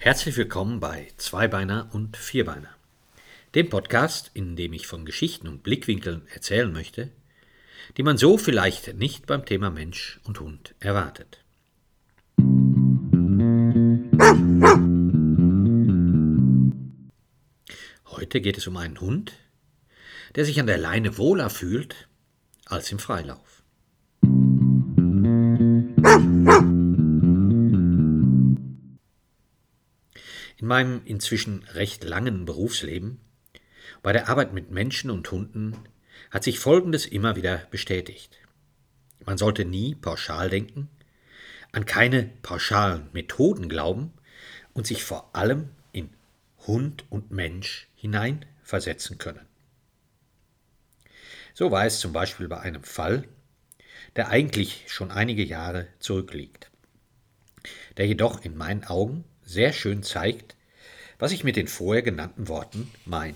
Herzlich willkommen bei Zweibeiner und Vierbeiner, dem Podcast, in dem ich von Geschichten und Blickwinkeln erzählen möchte, die man so vielleicht nicht beim Thema Mensch und Hund erwartet. Heute geht es um einen Hund, der sich an der Leine wohler fühlt als im Freilauf. In meinem inzwischen recht langen Berufsleben, bei der Arbeit mit Menschen und Hunden, hat sich Folgendes immer wieder bestätigt. Man sollte nie pauschal denken, an keine pauschalen Methoden glauben und sich vor allem in Hund und Mensch hineinversetzen können. So war es zum Beispiel bei einem Fall, der eigentlich schon einige Jahre zurückliegt, der jedoch in meinen Augen sehr schön zeigt, was ich mit den vorher genannten Worten meine.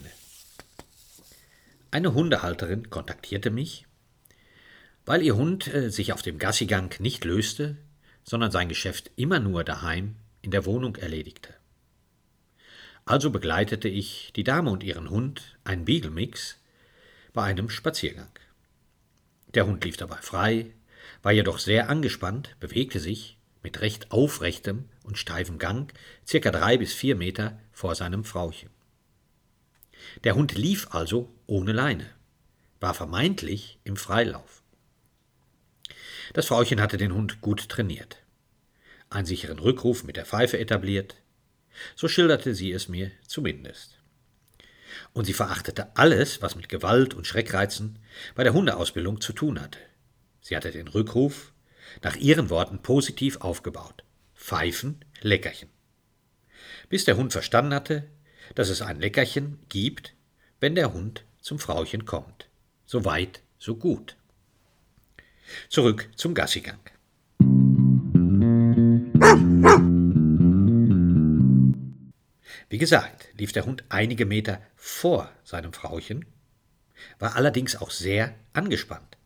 Eine Hundehalterin kontaktierte mich, weil ihr Hund sich auf dem Gassigang nicht löste, sondern sein Geschäft immer nur daheim in der Wohnung erledigte. Also begleitete ich die Dame und ihren Hund, einen Beagle-Mix, bei einem Spaziergang. Der Hund lief dabei frei, war jedoch sehr angespannt, bewegte sich mit recht aufrechtem und steifem Gang ca. 3 bis 4 Meter vor seinem Frauchen. Der Hund lief also ohne Leine, war vermeintlich im Freilauf. Das Frauchen hatte den Hund gut trainiert, einen sicheren Rückruf mit der Pfeife etabliert, so schilderte sie es mir zumindest. Und sie verachtete alles, was mit Gewalt und Schreckreizen bei der Hundeausbildung zu tun hatte. Sie hatte den Rückruf nach ihren Worten positiv aufgebaut. Pfeifen, Leckerchen. Bis der Hund verstanden hatte, dass es ein Leckerchen gibt, wenn der Hund zum Frauchen kommt. So weit, so gut. Zurück zum Gassigang. Wie gesagt, lief der Hund einige Meter vor seinem Frauchen, war allerdings auch sehr angespannt.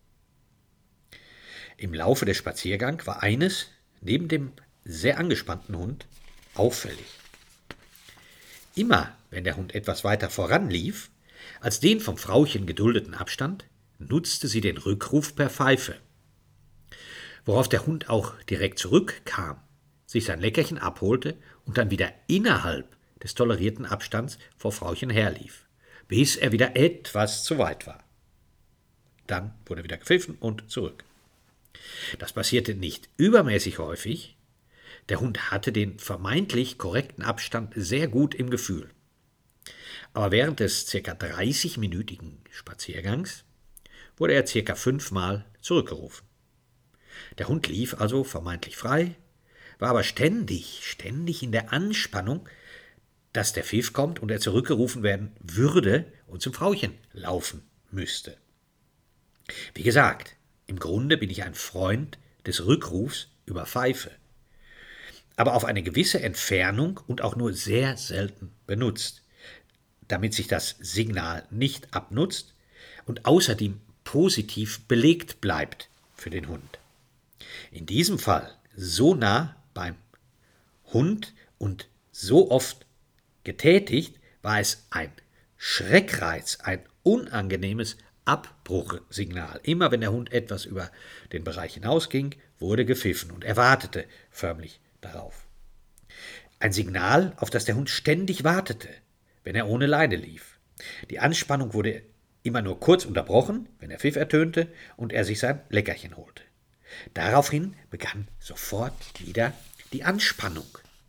Im Laufe des Spaziergangs war eines, neben dem sehr angespannten Hund, auffällig. Immer, wenn der Hund etwas weiter voranlief, als den vom Frauchen geduldeten Abstand, nutzte sie den Rückruf per Pfeife, worauf der Hund auch direkt zurückkam, sich sein Leckerchen abholte und dann wieder innerhalb des tolerierten Abstands vor Frauchen herlief, bis er wieder etwas zu weit war. Dann wurde wieder gepfiffen und zurück. Das passierte nicht übermäßig häufig. Der Hund hatte den vermeintlich korrekten Abstand sehr gut im Gefühl. Aber während des ca. 30-minütigen Spaziergangs wurde er ca. 5-mal zurückgerufen. Der Hund lief also vermeintlich frei, war aber ständig in der Anspannung, dass der Pfiff kommt und er zurückgerufen werden würde und zum Frauchen laufen müsste. Wie gesagt, im Grunde bin ich ein Freund des Rückrufs über Pfeife, aber auf eine gewisse Entfernung und auch nur sehr selten benutzt, damit sich das Signal nicht abnutzt und außerdem positiv belegt bleibt für den Hund. In diesem Fall so nah beim Hund und so oft getätigt, war es ein Schreckreiz, ein unangenehmes Abbruchsignal. Immer wenn der Hund etwas über den Bereich hinausging, wurde gepfiffen und er wartete förmlich darauf. Ein Signal, auf das der Hund ständig wartete, wenn er ohne Leine lief. Die Anspannung wurde immer nur kurz unterbrochen, wenn der Pfiff ertönte und er sich sein Leckerchen holte. Daraufhin begann sofort wieder die Anspannung.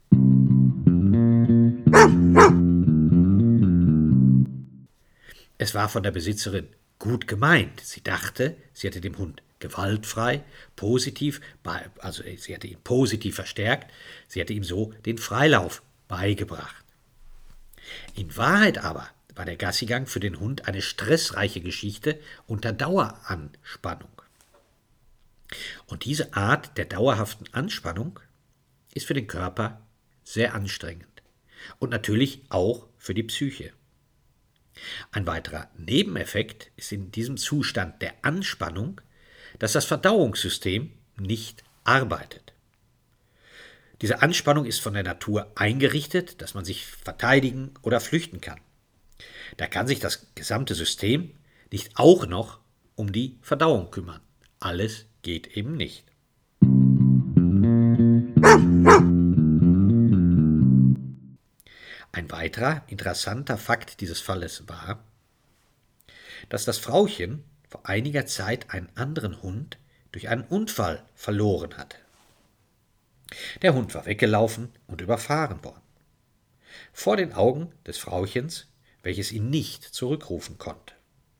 Es war von der Besitzerin gut gemeint. Sie dachte, sie hätte dem Hund gewaltfrei, positiv, also sie hätte ihn positiv verstärkt, sie hätte ihm so den Freilauf beigebracht. In Wahrheit aber war der Gassigang für den Hund eine stressreiche Geschichte unter Daueranspannung. Und diese Art der dauerhaften Anspannung ist für den Körper sehr anstrengend und natürlich auch für die Psyche. Ein weiterer Nebeneffekt ist in diesem Zustand der Anspannung, dass das Verdauungssystem nicht arbeitet. Diese Anspannung ist von der Natur eingerichtet, dass man sich verteidigen oder flüchten kann. Da kann sich das gesamte System nicht auch noch um die Verdauung kümmern. Alles geht eben nicht. Ein weiterer interessanter Fakt dieses Falles war, dass das Frauchen vor einiger Zeit einen anderen Hund durch einen Unfall verloren hatte. Der Hund war weggelaufen und überfahren worden. Vor den Augen des Frauchens, welches ihn nicht zurückrufen konnte.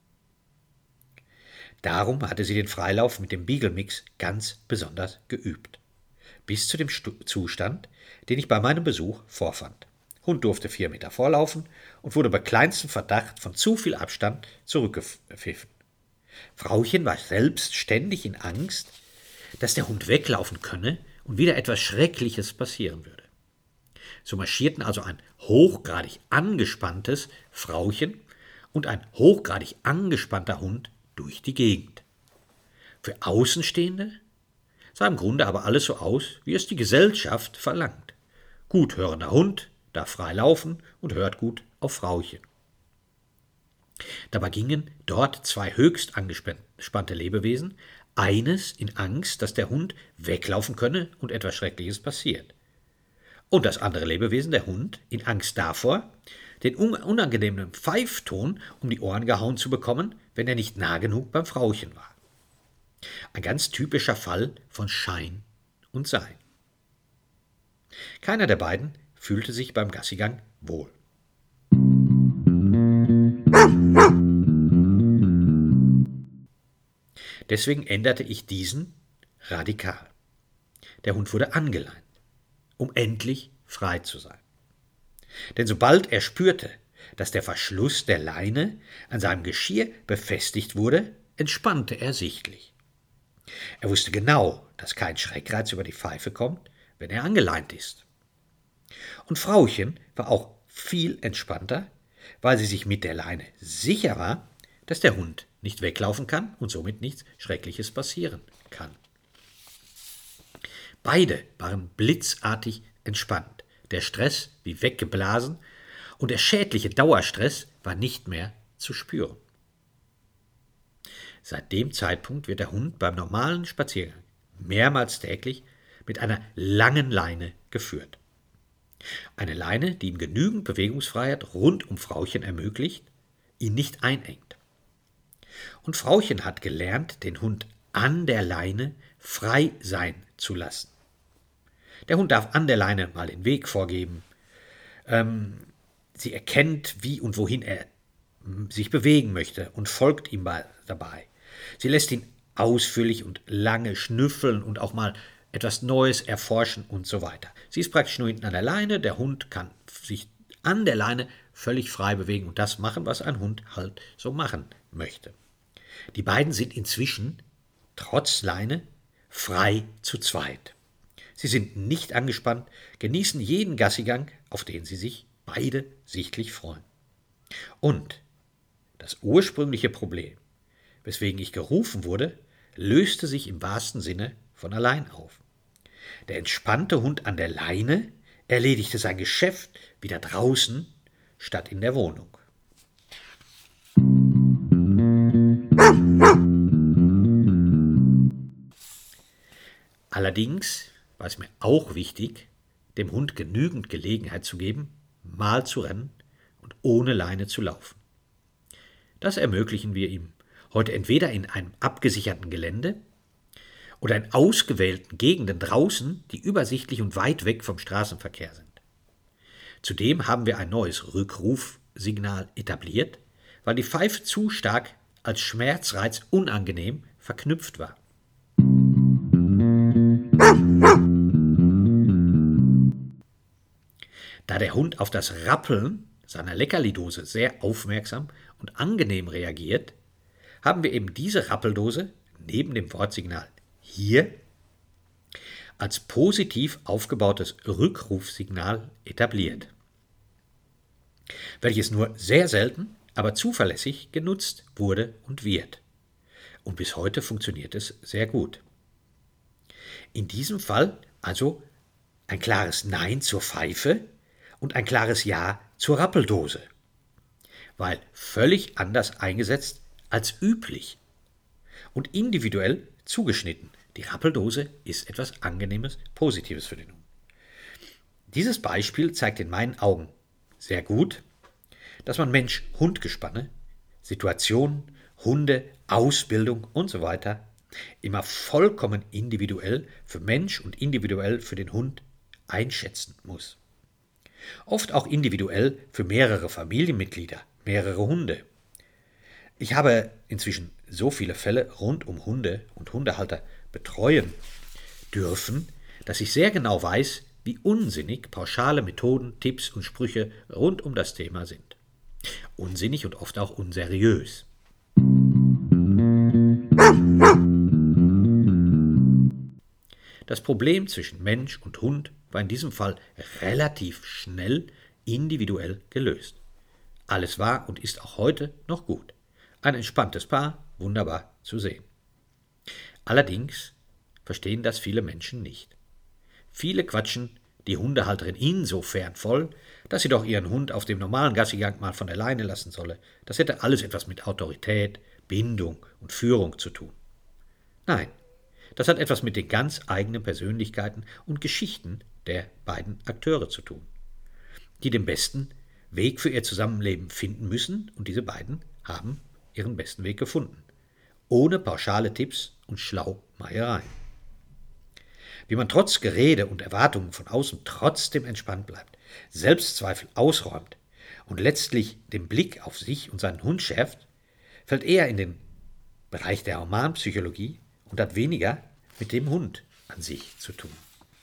Darum hatte sie den Freilauf mit dem Beagle-Mix ganz besonders geübt. Bis zu dem Zustand, den ich bei meinem Besuch vorfand. Hund durfte 4 Meter vorlaufen und wurde bei kleinstem Verdacht von zu viel Abstand zurückgepfiffen. Frauchen war selbst ständig in Angst, dass der Hund weglaufen könne und wieder etwas Schreckliches passieren würde. So marschierten also ein hochgradig angespanntes Frauchen und ein hochgradig angespannter Hund durch die Gegend. Für Außenstehende sah im Grunde aber alles so aus, wie es die Gesellschaft verlangt. Gut hörender Hund darf frei laufen und hört gut auf Frauchen. Dabei gingen dort 2 höchst angespannte Lebewesen, eines in Angst, dass der Hund weglaufen könne und etwas Schreckliches passiert. Und das andere Lebewesen, der Hund, in Angst davor, den unangenehmen Pfeifton um die Ohren gehauen zu bekommen, wenn er nicht nah genug beim Frauchen war. Ein ganz typischer Fall von Schein und Sein. Keiner der beiden fühlte sich beim Gassigang wohl. Deswegen änderte ich diesen radikal. Der Hund wurde angeleint, um endlich frei zu sein. Denn sobald er spürte, dass der Verschluss der Leine an seinem Geschirr befestigt wurde, entspannte er sichtlich. Er wusste genau, dass kein Schreckreiz über die Pfeife kommt, wenn er angeleint ist. Und Frauchen war auch viel entspannter, weil sie sich mit der Leine sicher war, dass der Hund nicht weglaufen kann und somit nichts Schreckliches passieren kann. Beide waren blitzartig entspannt, der Stress wie weggeblasen und der schädliche Dauerstress war nicht mehr zu spüren. Seit dem Zeitpunkt wird der Hund beim normalen Spaziergang mehrmals täglich mit einer langen Leine geführt. Eine Leine, die ihm genügend Bewegungsfreiheit rund um Frauchen ermöglicht, ihn nicht einengt. Und Frauchen hat gelernt, den Hund an der Leine frei sein zu lassen. Der Hund darf an der Leine mal den Weg vorgeben. Sie erkennt, wie und wohin er sich bewegen möchte und folgt ihm dabei. Sie lässt ihn ausführlich und lange schnüffeln und auch mal etwas Neues erforschen und so weiter. Sie ist praktisch nur hinten an der Leine, der Hund kann sich an der Leine völlig frei bewegen und das machen, was ein Hund halt so machen möchte. Die beiden sind inzwischen, trotz Leine, frei zu zweit. Sie sind nicht angespannt, genießen jeden Gassigang, auf den sie sich beide sichtlich freuen. Und das ursprüngliche Problem, weswegen ich gerufen wurde, löste sich im wahrsten Sinne von allein auf. Der entspannte Hund an der Leine erledigte sein Geschäft wieder draußen statt in der Wohnung. Allerdings war es mir auch wichtig, dem Hund genügend Gelegenheit zu geben, mal zu rennen und ohne Leine zu laufen. Das ermöglichen wir ihm heute entweder in einem abgesicherten Gelände oder in ausgewählten Gegenden draußen, die übersichtlich und weit weg vom Straßenverkehr sind. Zudem haben wir ein neues Rückrufsignal etabliert, weil die Pfeife zu stark als Schmerzreiz unangenehm verknüpft war. Da der Hund auf das Rappeln seiner Leckerlidose sehr aufmerksam und angenehm reagiert, haben wir eben diese Rappeldose neben dem Wortsignal hier als positiv aufgebautes Rückrufsignal etabliert, welches nur sehr selten, aber zuverlässig genutzt wurde und wird. Und bis heute funktioniert es sehr gut. In diesem Fall also ein klares Nein zur Pfeife und ein klares Ja zur Rappeldose. Weil völlig anders eingesetzt als üblich und individuell zugeschnitten. Die Rappeldose ist etwas Angenehmes, Positives für den Hund. Dieses Beispiel zeigt in meinen Augen sehr gut, dass man Mensch-Hund-Gespanne, Situationen, Hunde, Ausbildung und so weiter immer vollkommen individuell für Mensch und individuell für den Hund einschätzen muss. Oft auch individuell für mehrere Familienmitglieder, mehrere Hunde. Ich habe inzwischen so viele Fälle rund um Hunde und Hundehalter betreuen dürfen, dass ich sehr genau weiß, wie unsinnig pauschale Methoden, Tipps und Sprüche rund um das Thema sind. Unsinnig und oft auch unseriös. Das Problem zwischen Mensch und Hund war in diesem Fall relativ schnell individuell gelöst. Alles war und ist auch heute noch gut. Ein entspanntes Paar, wunderbar zu sehen. Allerdings verstehen das viele Menschen nicht. Viele quatschen die Hundehalterin insofern voll, dass sie doch ihren Hund auf dem normalen Gassigang mal von der Leine lassen solle. Das hätte alles etwas mit Autorität, Bindung und Führung zu tun. Nein, das hat etwas mit den ganz eigenen Persönlichkeiten und Geschichten der beiden Akteure zu tun, die den besten Weg für ihr Zusammenleben finden müssen, und diese beiden haben ihren besten Weg gefunden. Ohne pauschale Tipps und Schlaumeiereien. Wie man trotz Gerede und Erwartungen von außen trotzdem entspannt bleibt, Selbstzweifel ausräumt und letztlich den Blick auf sich und seinen Hund schärft, fällt eher in den Bereich der Humanpsychologie und hat weniger mit dem Hund an sich zu tun.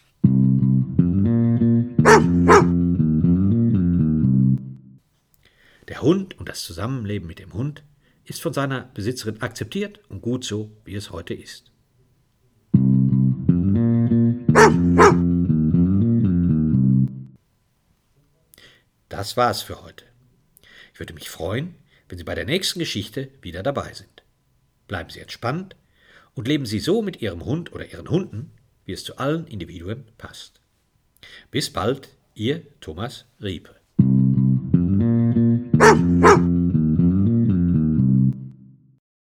Der Hund und das Zusammenleben mit dem Hund ist von seiner Besitzerin akzeptiert und gut so, wie es heute ist. Das war's für heute. Ich würde mich freuen, wenn Sie bei der nächsten Geschichte wieder dabei sind. Bleiben Sie entspannt und leben Sie so mit Ihrem Hund oder Ihren Hunden, wie es zu allen Individuen passt. Bis bald, Ihr Thomas Riepe.